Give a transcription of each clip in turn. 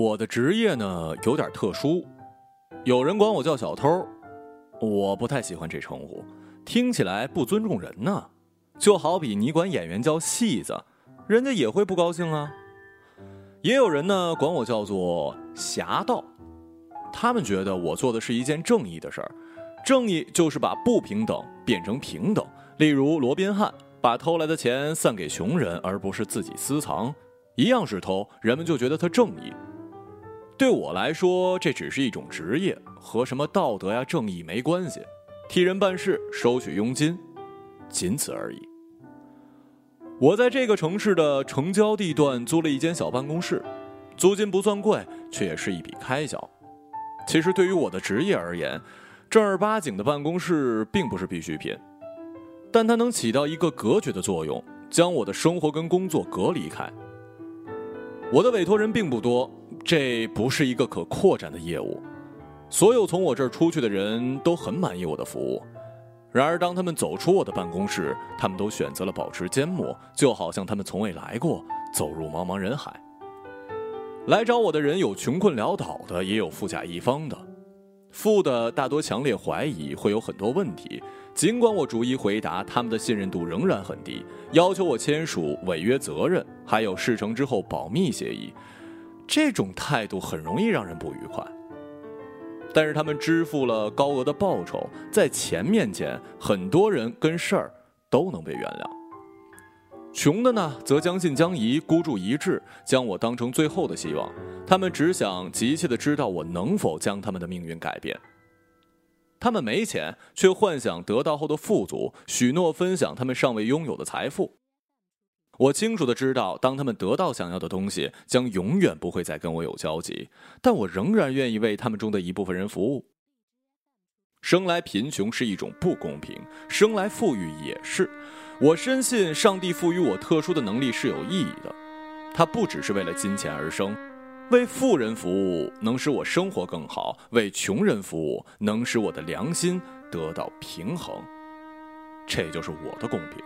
我的职业呢有点特殊，有人管我叫小偷，我不太喜欢这称呼，听起来不尊重人呢。就好比你管演员叫戏子，人家也会不高兴啊。也有人呢管我叫做侠盗，他们觉得我做的是一件正义的事儿，正义就是把不平等变成平等。例如罗宾汉把偷来的钱散给穷人，而不是自己私藏，一样是偷，人们就觉得他正义。对我来说，这只是一种职业，和什么道德呀、正义没关系，替人办事，收取佣金，仅此而已。我在这个城市的城郊地段租了一间小办公室，租金不算贵，却也是一笔开销。其实对于我的职业而言，正儿八经的办公室并不是必需品，但它能起到一个隔绝的作用，将我的生活跟工作隔离开。我的委托人并不多，这不是一个可扩展的业务。所有从我这儿出去的人都很满意我的服务，然而当他们走出我的办公室，他们都选择了保持缄默，就好像他们从未来过，走入茫茫人海。来找我的人有穷困潦倒的，也有富甲一方的。富的大多强烈怀疑会有很多问题，尽管我逐一回答，他们的信任度仍然很低，要求我签署违约责任，还有事成之后保密协议。这种态度很容易让人不愉快。但是他们支付了高额的报酬，在钱面前，很多人跟事儿都能被原谅。穷的呢，则将信将疑，孤注一掷，将我当成最后的希望。他们只想急切地知道我能否将他们的命运改变。他们没钱，却幻想得到后的富足，许诺分享他们尚未拥有的财富。我清楚地知道，当他们得到想要的东西，将永远不会再跟我有交集，但我仍然愿意为他们中的一部分人服务。生来贫穷是一种不公平，生来富裕也是。我深信上帝赋予我特殊的能力是有意义的，它不只是为了金钱而生。为富人服务能使我生活更好，为穷人服务能使我的良心得到平衡，这就是我的公平。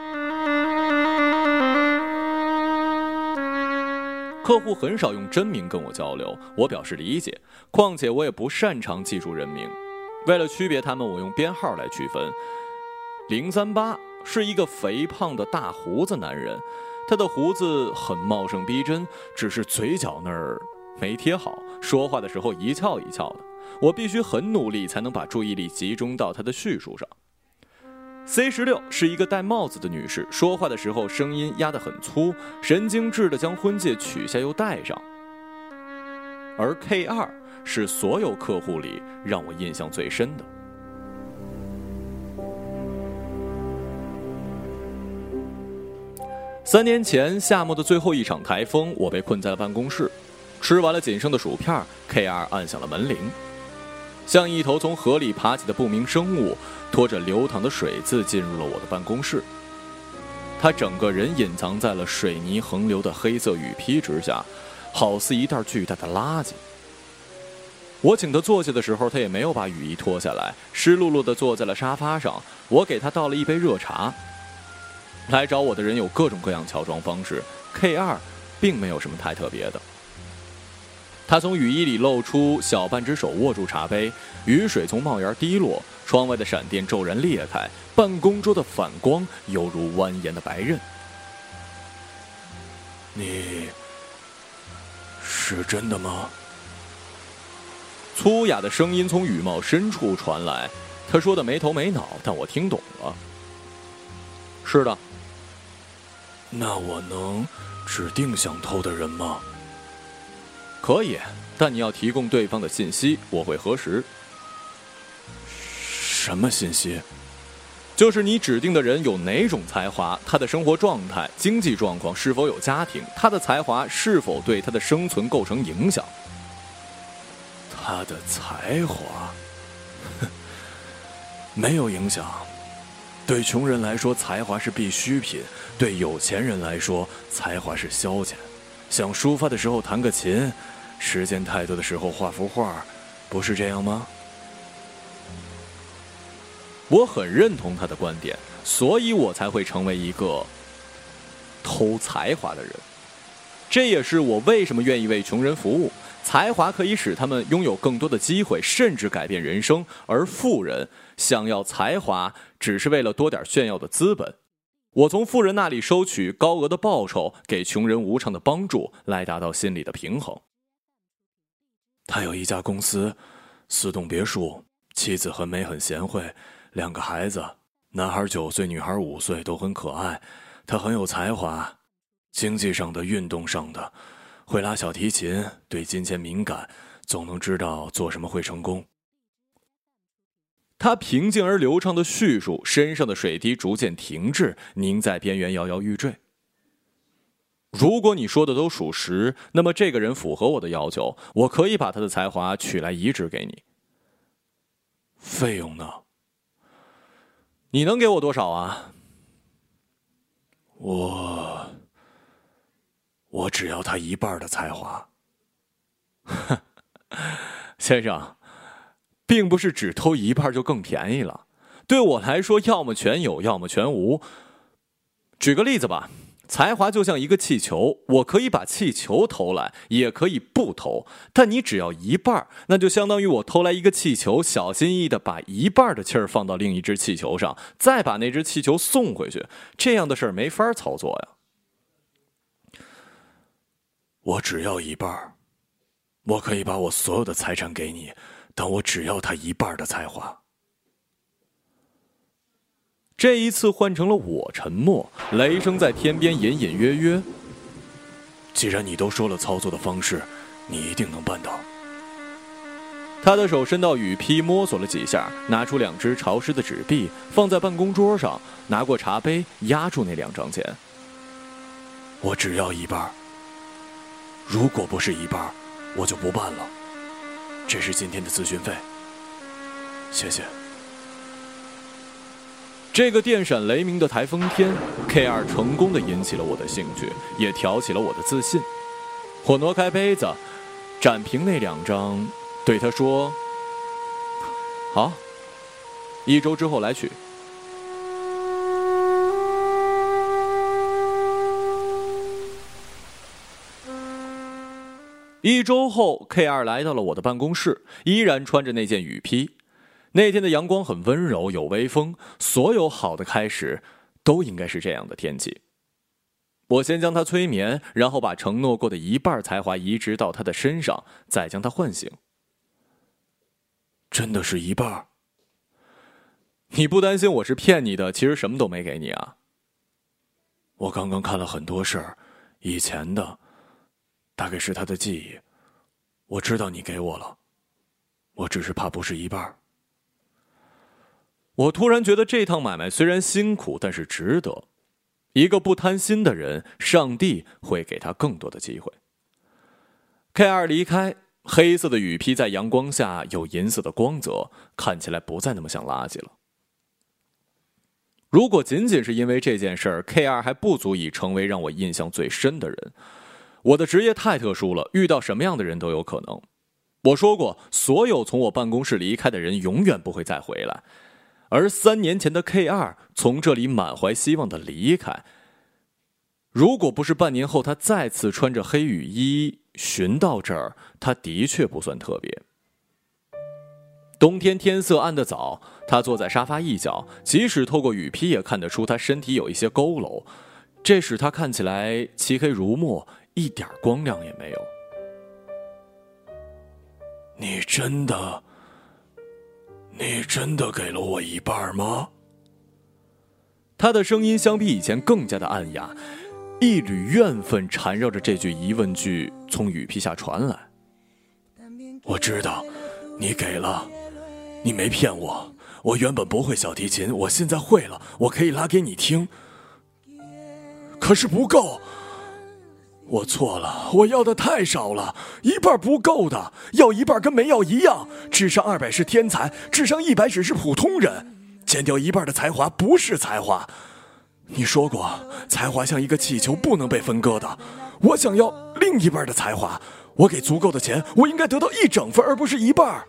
客户很少用真名跟我交流，我表示理解，况且我也不擅长记住人名。为了区别他们，我用编号来区分。038是一个肥胖的大胡子男人，他的胡子很茂盛逼真，只是嘴角那儿没贴好，说话的时候一翘一翘的，我必须很努力才能把注意力集中到他的叙述上。C16是一个戴帽子的女士，说话的时候声音压得很粗，神经质地将婚戒取下又戴上。而 K2 是所有客户里让我印象最深的。3年前夏末的最后一场台风，我被困在了办公室，吃完了仅剩的薯片， K2 按响了门铃。像一头从河里爬起的不明生物，拖着流淌的水渍进入了我的办公室。他整个人隐藏在了水泥横流的黑色雨披之下，好似一袋巨大的垃圾。我请他坐下的时候，他也没有把雨衣脱下来，湿漉漉地坐在了沙发上。我给他倒了一杯热茶。来找我的人有各种各样乔装方式， K2 并没有什么太特别的。他从雨衣里露出小半只手握住茶杯，雨水从帽檐滴落，窗外的闪电骤然裂开，办公桌的反光犹如蜿蜒的白刃。你是真的吗？粗哑的声音从羽毛深处传来，他说的没头没脑，但我听懂了。是的。那我能指定想偷的人吗？可以，但你要提供对方的信息，我会核实。什么信息？就是你指定的人有哪种才华，他的生活状态、经济状况，是否有家庭，他的才华是否对他的生存构成影响。他的才华没有影响。对穷人来说，才华是必需品；对有钱人来说，才华是消遣。想抒发的时候弹个琴，时间太多的时候画幅画，不是这样吗？我很认同他的观点，所以我才会成为一个偷才华的人。这也是我为什么愿意为穷人服务， 才华可以使他们拥有更多的机会，甚至改变人生，而富人想要才华，只是为了多点炫耀的资本。我从富人那里收取高额的报酬，给穷人无偿的帮助，来达到心理的平衡。他有一家公司，4栋别墅，妻子很美很贤惠，2个孩子，男孩9岁，女孩5岁，都很可爱。他很有才华，经济上的、运动上的，会拉小提琴，对金钱敏感，总能知道做什么会成功。他平静而流畅的叙述，身上的水滴逐渐停滞，您在边缘摇摇欲坠。如果你说的都属实，那么这个人符合我的要求，我可以把他的才华取来移植给你。费用呢？你能给我多少啊？我只要他1半的才华。先生，并不是只偷1半就更便宜了。对我来说，要么全有，要么全无。举个例子吧，才华就像一个气球，我可以把气球偷来，也可以不偷，但你只要1半，那就相当于我偷来一个气球，小心翼翼地把1半的气儿放到另一只气球上，再把那只气球送回去，这样的事儿没法操作呀。我只要1半，我可以把我所有的财产给你，但我只要他1半的才华。这一次换成了我沉默，雷声在天边隐隐约约。既然你都说了操作的方式，你一定能办到。他的手伸到雨披，摸索了几下，拿出2只潮湿的纸币，放在办公桌上，拿过茶杯，压住那2张钱。我只要1半，如果不是1半，我就不办了。这是今天的咨询费，谢谢。这个电闪雷鸣的台风天 ，K2 成功地引起了我的兴趣，也挑起了我的自信。我挪开杯子，展平那2张，对他说：“好，1周之后来取。”1周后 ，K2 来到了我的办公室，依然穿着那件雨披。那天的阳光很温柔，有微风，所有好的开始都应该是这样的天气。我先将他催眠，然后把承诺过的1半才华移植到他的身上，再将他唤醒。真的是1半？你不担心我是骗你的，其实什么都没给你啊？我刚刚看了很多事儿，以前的，大概是他的记忆。我知道你给我了，我只是怕不是1半。我突然觉得这趟买卖虽然辛苦，但是值得。一个不贪心的人，上帝会给他更多的机会。K2 离开，黑色的雨披在阳光下有银色的光泽，看起来不再那么像垃圾了。如果仅仅是因为这件事儿 ，K2 还不足以成为让我印象最深的人。我的职业太特殊了，遇到什么样的人都有可能。我说过，所有从我办公室离开的人永远不会再回来。而3年前的 K2 从这里满怀希望的离开，如果不是半年后他再次穿着黑雨衣寻到这儿，他的确不算特别。冬天天色暗得早，他坐在沙发一角，即使透过雨披也看得出他身体有一些佝偻，这使他看起来漆黑如墨，一点光亮也没有。你真的给了我1半吗？他的声音相比以前更加的暗哑，一缕怨愤缠绕着这句疑问句从雨披下传来。我知道，你给了，你没骗我。我原本不会小提琴，我现在会了，我可以拉给你听。可是不够。我错了，我要的太少了，1半不够的，要1半跟没要一样。智商200是天才，智商100只是普通人。减掉1半的才华不是才华。你说过，才华像一个气球，不能被分割的。我想要另1半的才华，我给足够的钱，我应该得到1整份，而不是1半。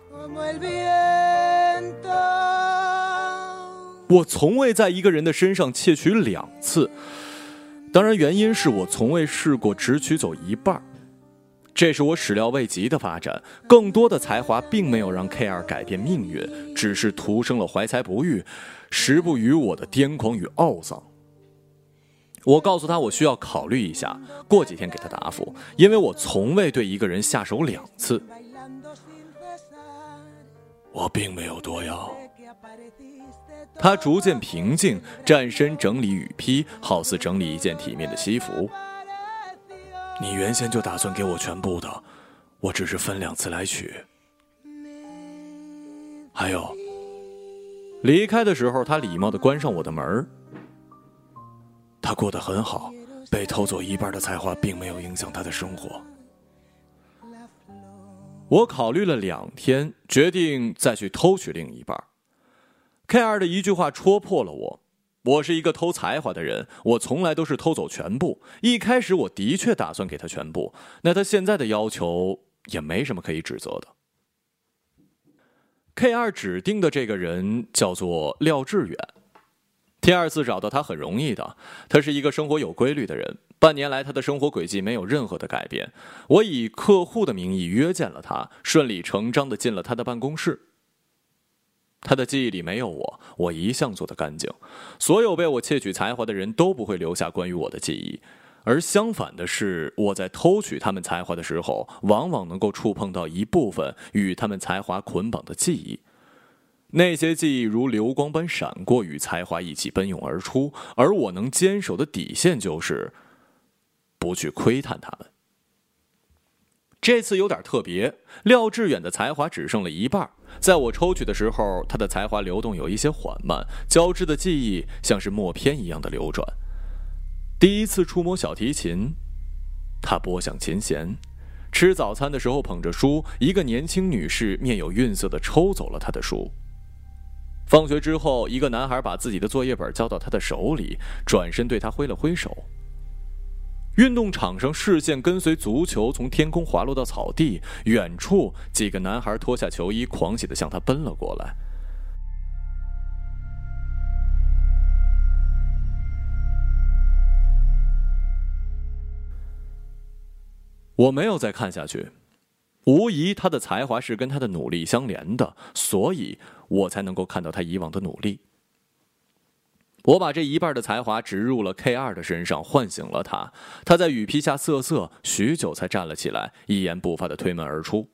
我从未在一个人的身上窃取2次。当然，原因是我从未试过只取走1半。 这是我始料未及的发展，更多的才华并没有让 K2 改变命运，只是徒生了怀才不遇，时不与我的癫狂与懊丧。我告诉他我需要考虑一下，过几天给他答复，因为我从未对一个人下手2次。我并没有多要。他逐渐平静，站身整理雨披，好似整理一件体面的西服。你原先就打算给我全部的，我只是分2次来取。还有，离开的时候他礼貌地关上我的门。他过得很好，被偷走1半的才华并没有影响他的生活。我考虑了2天，决定再去偷取另一半。K2 的一句话戳破了我，我是一个偷才华的人，我从来都是偷走全部。一开始我的确打算给他全部，那他现在的要求也没什么可以指责的。K2 指定的这个人叫做廖志远。第2次找到他很容易的，他是一个生活有规律的人。半年来他的生活轨迹没有任何的改变。我以客户的名义约见了他，顺理成章地进了他的办公室。他的记忆里没有我，我一向做得干净。所有被我窃取才华的人都不会留下关于我的记忆，而相反的是，我在偷取他们才华的时候，往往能够触碰到一部分与他们才华捆绑的记忆。那些记忆如流光般闪过，与才华一起奔涌而出，而我能坚守的底线就是不去窥探他们。这次有点特别，廖志远的才华只剩了1半，在我抽取的时候，他的才华流动有一些缓慢，交织的记忆像是默片一样的流转。第一次触摸小提琴，他拨响琴弦。吃早餐的时候捧着书，一个年轻女士面有愠色地抽走了他的书。放学之后，一个男孩把自己的作业本交到他的手里，转身对他挥了挥手。运动场上视线跟随足球从天空滑落到草地，远处几个男孩脱下球衣，狂喜地向他奔了过来。我没有再看下去，无疑他的才华是跟他的努力相连的，所以我才能够看到他以往的努力。我把这1半的才华植入了 K2 的身上，唤醒了他。他在雨披下瑟瑟，许久才站了起来，一言不发地推门而出。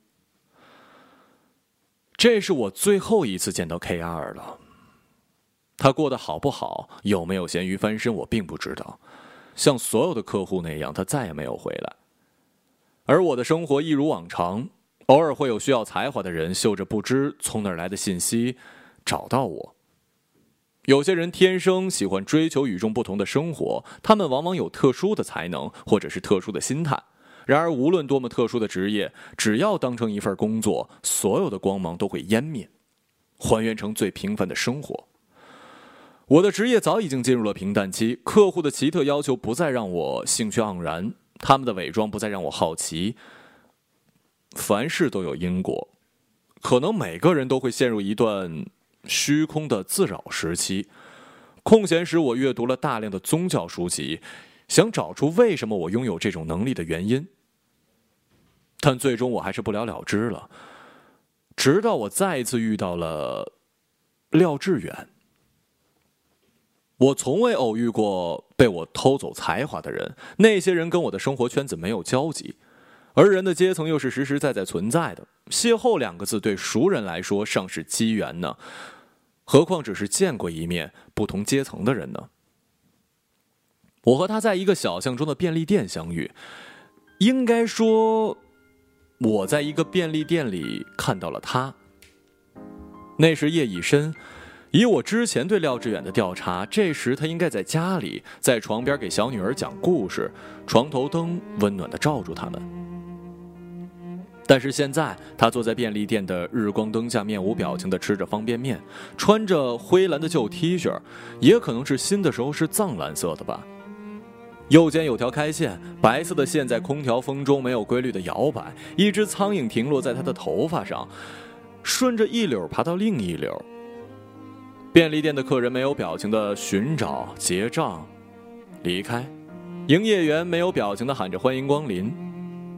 这是我最后一次见到 K2 了。他过得好不好，有没有咸鱼翻身，我并不知道。像所有的客户那样，他再也没有回来。而我的生活一如往常，偶尔会有需要才华的人嗅着不知从哪儿来的信息找到我。有些人天生喜欢追求与众不同的生活，他们往往有特殊的才能或者是特殊的心态。然而无论多么特殊的职业，只要当成一份工作，所有的光芒都会湮灭，还原成最平凡的生活。我的职业早已经进入了平淡期，客户的奇特要求不再让我兴趣盎然，他们的伪装不再让我好奇。凡事都有因果，可能每个人都会陷入一段虚空的自扰时期。空闲时我阅读了大量的宗教书籍，想找出为什么我拥有这种能力的原因，但最终我还是不了了之了。直到我再一次遇到了廖志远。我从未偶遇过被我偷走才华的人，那些人跟我的生活圈子没有交集，而人的阶层又是实实在在存在的。邂逅2个字对熟人来说尚是机缘呢，何况只是见过一面不同阶层的人呢？我和他在一个小巷中的便利店相遇，应该说我在一个便利店里看到了他。那时夜已深，以我之前对廖志远的调查，这时他应该在家里，在床边给小女儿讲故事，床头灯温暖地照住他们。但是现在他坐在便利店的日光灯下，面无表情地吃着方便面，穿着灰蓝的旧 T 恤，也可能是新的时候是藏蓝色的吧。右肩有条开线，白色的线在空调风中没有规律地摇摆，一只苍蝇停落在他的头发上，顺着一绺爬到另一绺。便利店的客人没有表情地寻找、结账、离开，营业员没有表情地喊着欢迎光临。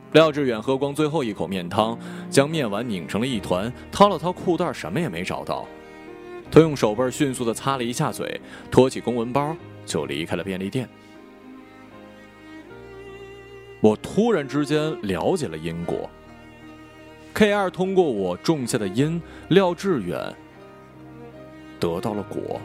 廖志远喝光最后一口面汤，将面碗拧成了一团，掏了掏裤袋，什么也没找到。他用手背迅速地擦了一下嘴，托起公文包就离开了便利店。我突然之间了解了因果。K2 通过我种下的因，廖志远得到了果。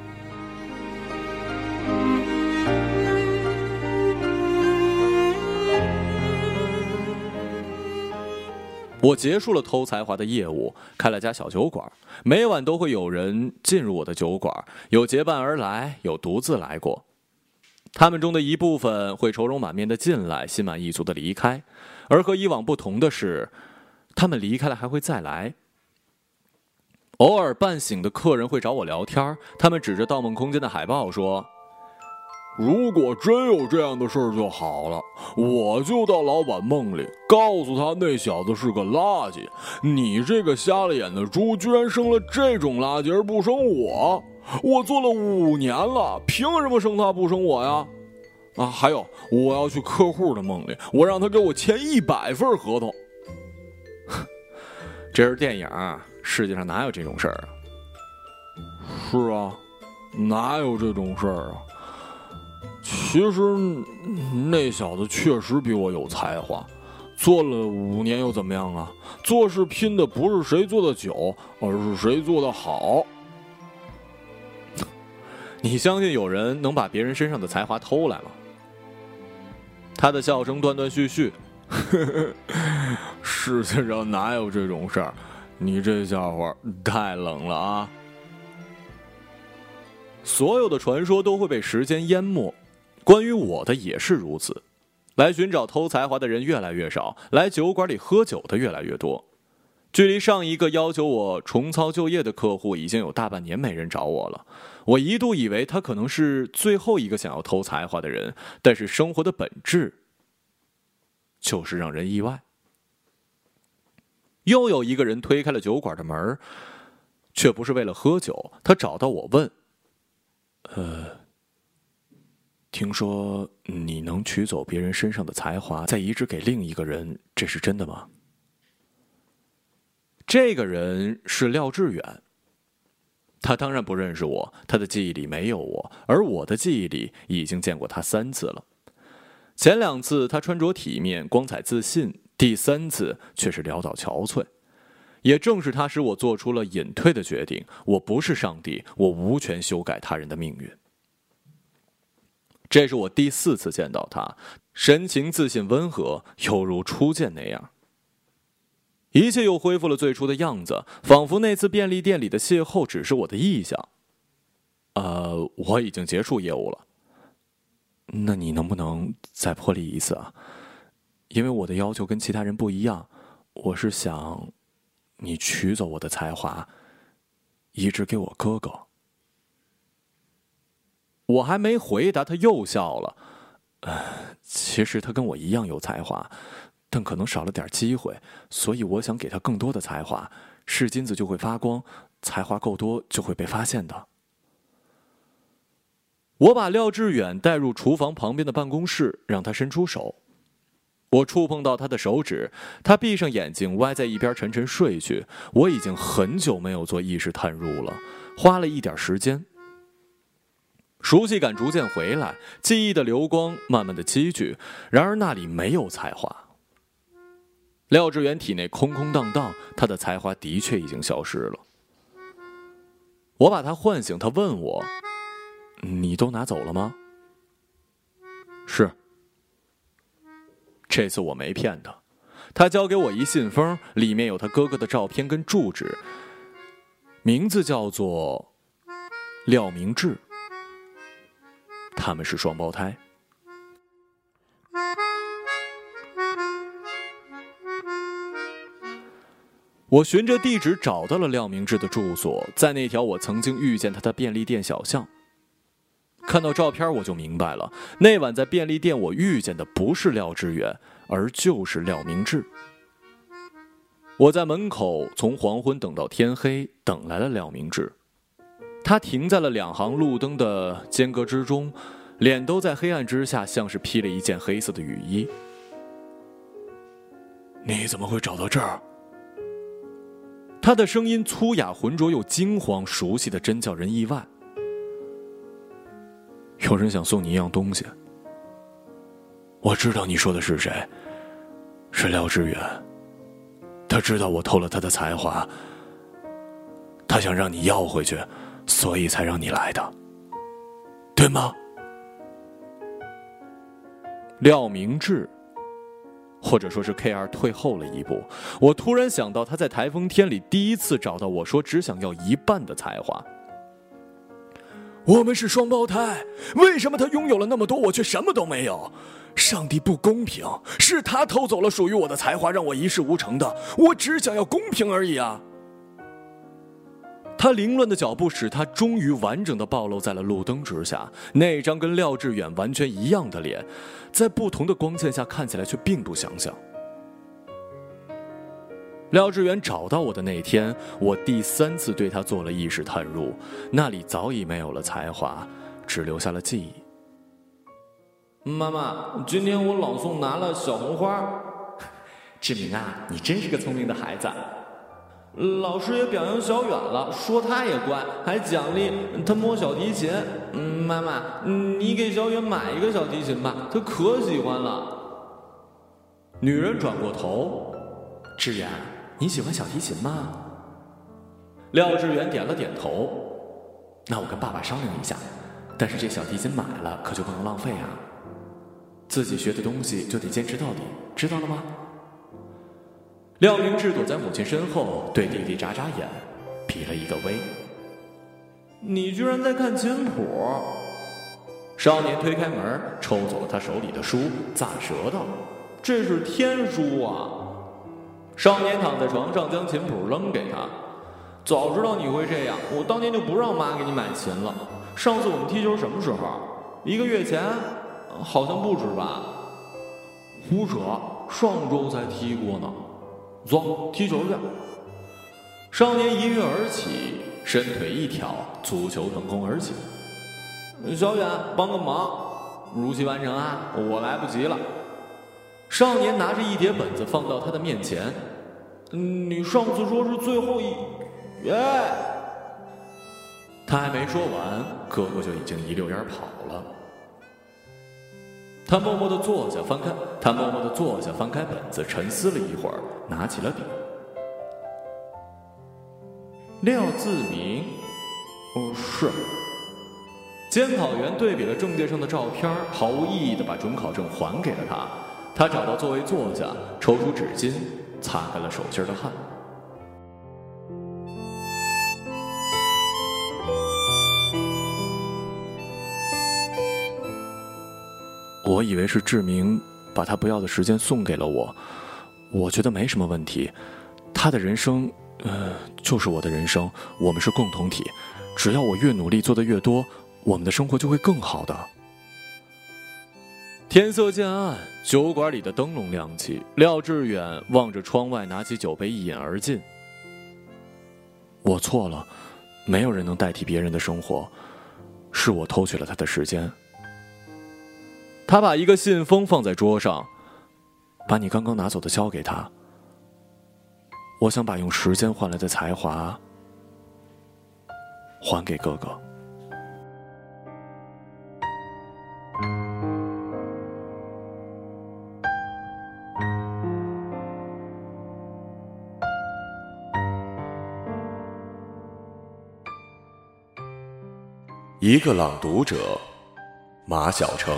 我结束了偷才华的业务，开了家小酒馆，每晚都会有人进入我的酒馆，有结伴而来，有独自来过。他们中的一部分会愁容满面的进来，心满意足的离开，而和以往不同的是，他们离开了还会再来。偶尔半醒的客人会找我聊天，他们指着《盗梦空间》的海报说，如果真有这样的事儿就好了，我就到老板梦里告诉他那小子是个垃圾，你这个瞎了眼的猪居然生了这种垃圾而不生我，我做了5年了，凭什么生他不生我呀？还有我要去客户的梦里，我让他给我签100份合同。这是电影，世界上哪有这种事儿啊？是啊，哪有这种事儿啊？其实那小子确实比我有才华，做了5年又怎么样啊？做事拼的不是谁做的久，而是谁做的好。你相信有人能把别人身上的才华偷来吗？他的笑声断断续续。世界上哪有这种事儿？你这笑话太冷了啊！所有的传说都会被时间淹没，关于我的也是如此。来寻找偷才华的人越来越少，来酒馆里喝酒的越来越多。距离上一个要求我重操旧业的客户已经有大半年没人找我了。我一度以为他可能是最后一个想要偷才华的人，但是生活的本质就是让人意外。又有一个人推开了酒馆的门，却不是为了喝酒，他找到我问，听说你能取走别人身上的才华，再移植给另一个人，这是真的吗？这个人是廖志远。他当然不认识我，他的记忆里没有我，而我的记忆里已经见过他3次了。前2次他穿着体面，光彩自信，第3次却是潦倒憔悴。也正是他使我做出了隐退的决定，我不是上帝，我无权修改他人的命运。这是我第4次见到他，神情自信温和，犹如初见那样。一切又恢复了最初的样子，仿佛那次便利店里的邂逅只是我的臆想。我已经结束业务了。那你能不能再破例一次啊？因为我的要求跟其他人不一样，我是想你取走我的才华，移植给我哥哥。我还没回答，他又笑了。其实他跟我一样有才华，但可能少了点机会，所以我想给他更多的才华，是金子就会发光，才华够多就会被发现的。我把廖志远带入厨房旁边的办公室，让他伸出手。我触碰到他的手指，他闭上眼睛，歪在一边沉沉睡去。我已经很久没有做意识探入了，花了一点时间。熟悉感逐渐回来，记忆的流光慢慢的积聚，然而那里没有才华。廖志远体内空空荡荡，他的才华的确已经消失了。我把他唤醒，他问我，你都拿走了吗？是。这次我没骗他，他交给我一信封，里面有他哥哥的照片跟住址，名字叫做廖明志，他们是双胞胎。我循着地址找到了廖明志的住所，在那条我曾经遇见他的便利店小巷。看到照片我就明白了，那晚在便利店我遇见的不是廖志远，而就是廖明志。我在门口从黄昏等到天黑，等来了廖明志。他停在了2行路灯的间隔之中，脸都在黑暗之下像是披了一件黑色的雨衣。 你怎么会找到这儿？他的声音粗哑浑浊又惊慌，熟悉的真叫人意外。有人想送你一样东西。我知道你说的是谁，是廖志远。他知道我偷了他的才华，他想让你要回去，所以才让你来的，对吗？廖明志，或者说是 K2 退后了一步。我突然想到他在台风天里第一次找到我说只想要一半的才华。我们是双胞胎，为什么他拥有了那么多，我却什么都没有？上帝不公平，是他偷走了属于我的才华，让我一事无成的。我只想要公平而已啊！他凌乱的脚步使他终于完整的暴露在了路灯之下，那张跟廖志远完全一样的脸，在不同的光线下看起来却并不相像。廖志远找到我的那天，我第3次对他做了意识探入，那里早已没有了才华，只留下了记忆。妈妈，今天我朗诵拿了小红花。志明啊，你真是个聪明的孩子。老师也表扬小远了，说他也乖，还奖励他摸小提琴。妈妈，你给小远买一个小提琴吧，他可喜欢了。女人转过头，志远，你喜欢小提琴吗？廖志远点了点头。那我跟爸爸商量一下，但是这小提琴买了可就不能浪费啊。自己学的东西就得坚持到底，知道了吗？廖明志躲在母亲身后，对弟弟眨眨眼，比了一个 V。你居然在看琴谱！少年推开门，抽走了他手里的书，咂舌道：“这是天书啊！”少年躺在床上，将琴谱扔给他。早知道你会这样，我当年就不让妈给你买琴了。上次我们踢球什么时候？1个月前？好像不止吧。胡扯，上周才踢过呢。走，踢球去。少年一跃而起，伸腿一挑，足球腾空而起。小远，帮个忙，如期完成啊，我来不及了。少年拿着一叠本子放到他的面前。你上次说是最后一，他还没说完，哥哥就已经一溜烟跑了。他默默地坐下，翻开本子，沉思了一会儿，拿起了笔。廖自明，是。监考员对比了证件上的照片，毫无意义地把准考证还给了他。他找到座位坐下，抽出纸巾，擦干了手心的汗。我以为是志明把他不要的时间送给了我，我觉得没什么问题。他的人生，就是我的人生，我们是共同体。只要我越努力，做得越多，我们的生活就会更好的。天色渐暗，酒馆里的灯笼亮起，廖志远望着窗外，拿起酒杯一饮而尽。我错了，没有人能代替别人的生活，是我偷取了他的时间。他把一个信封放在桌上，把你刚刚拿走的交给他。我想把用时间换来的才华还给哥哥。 一个朗读者，马晓成。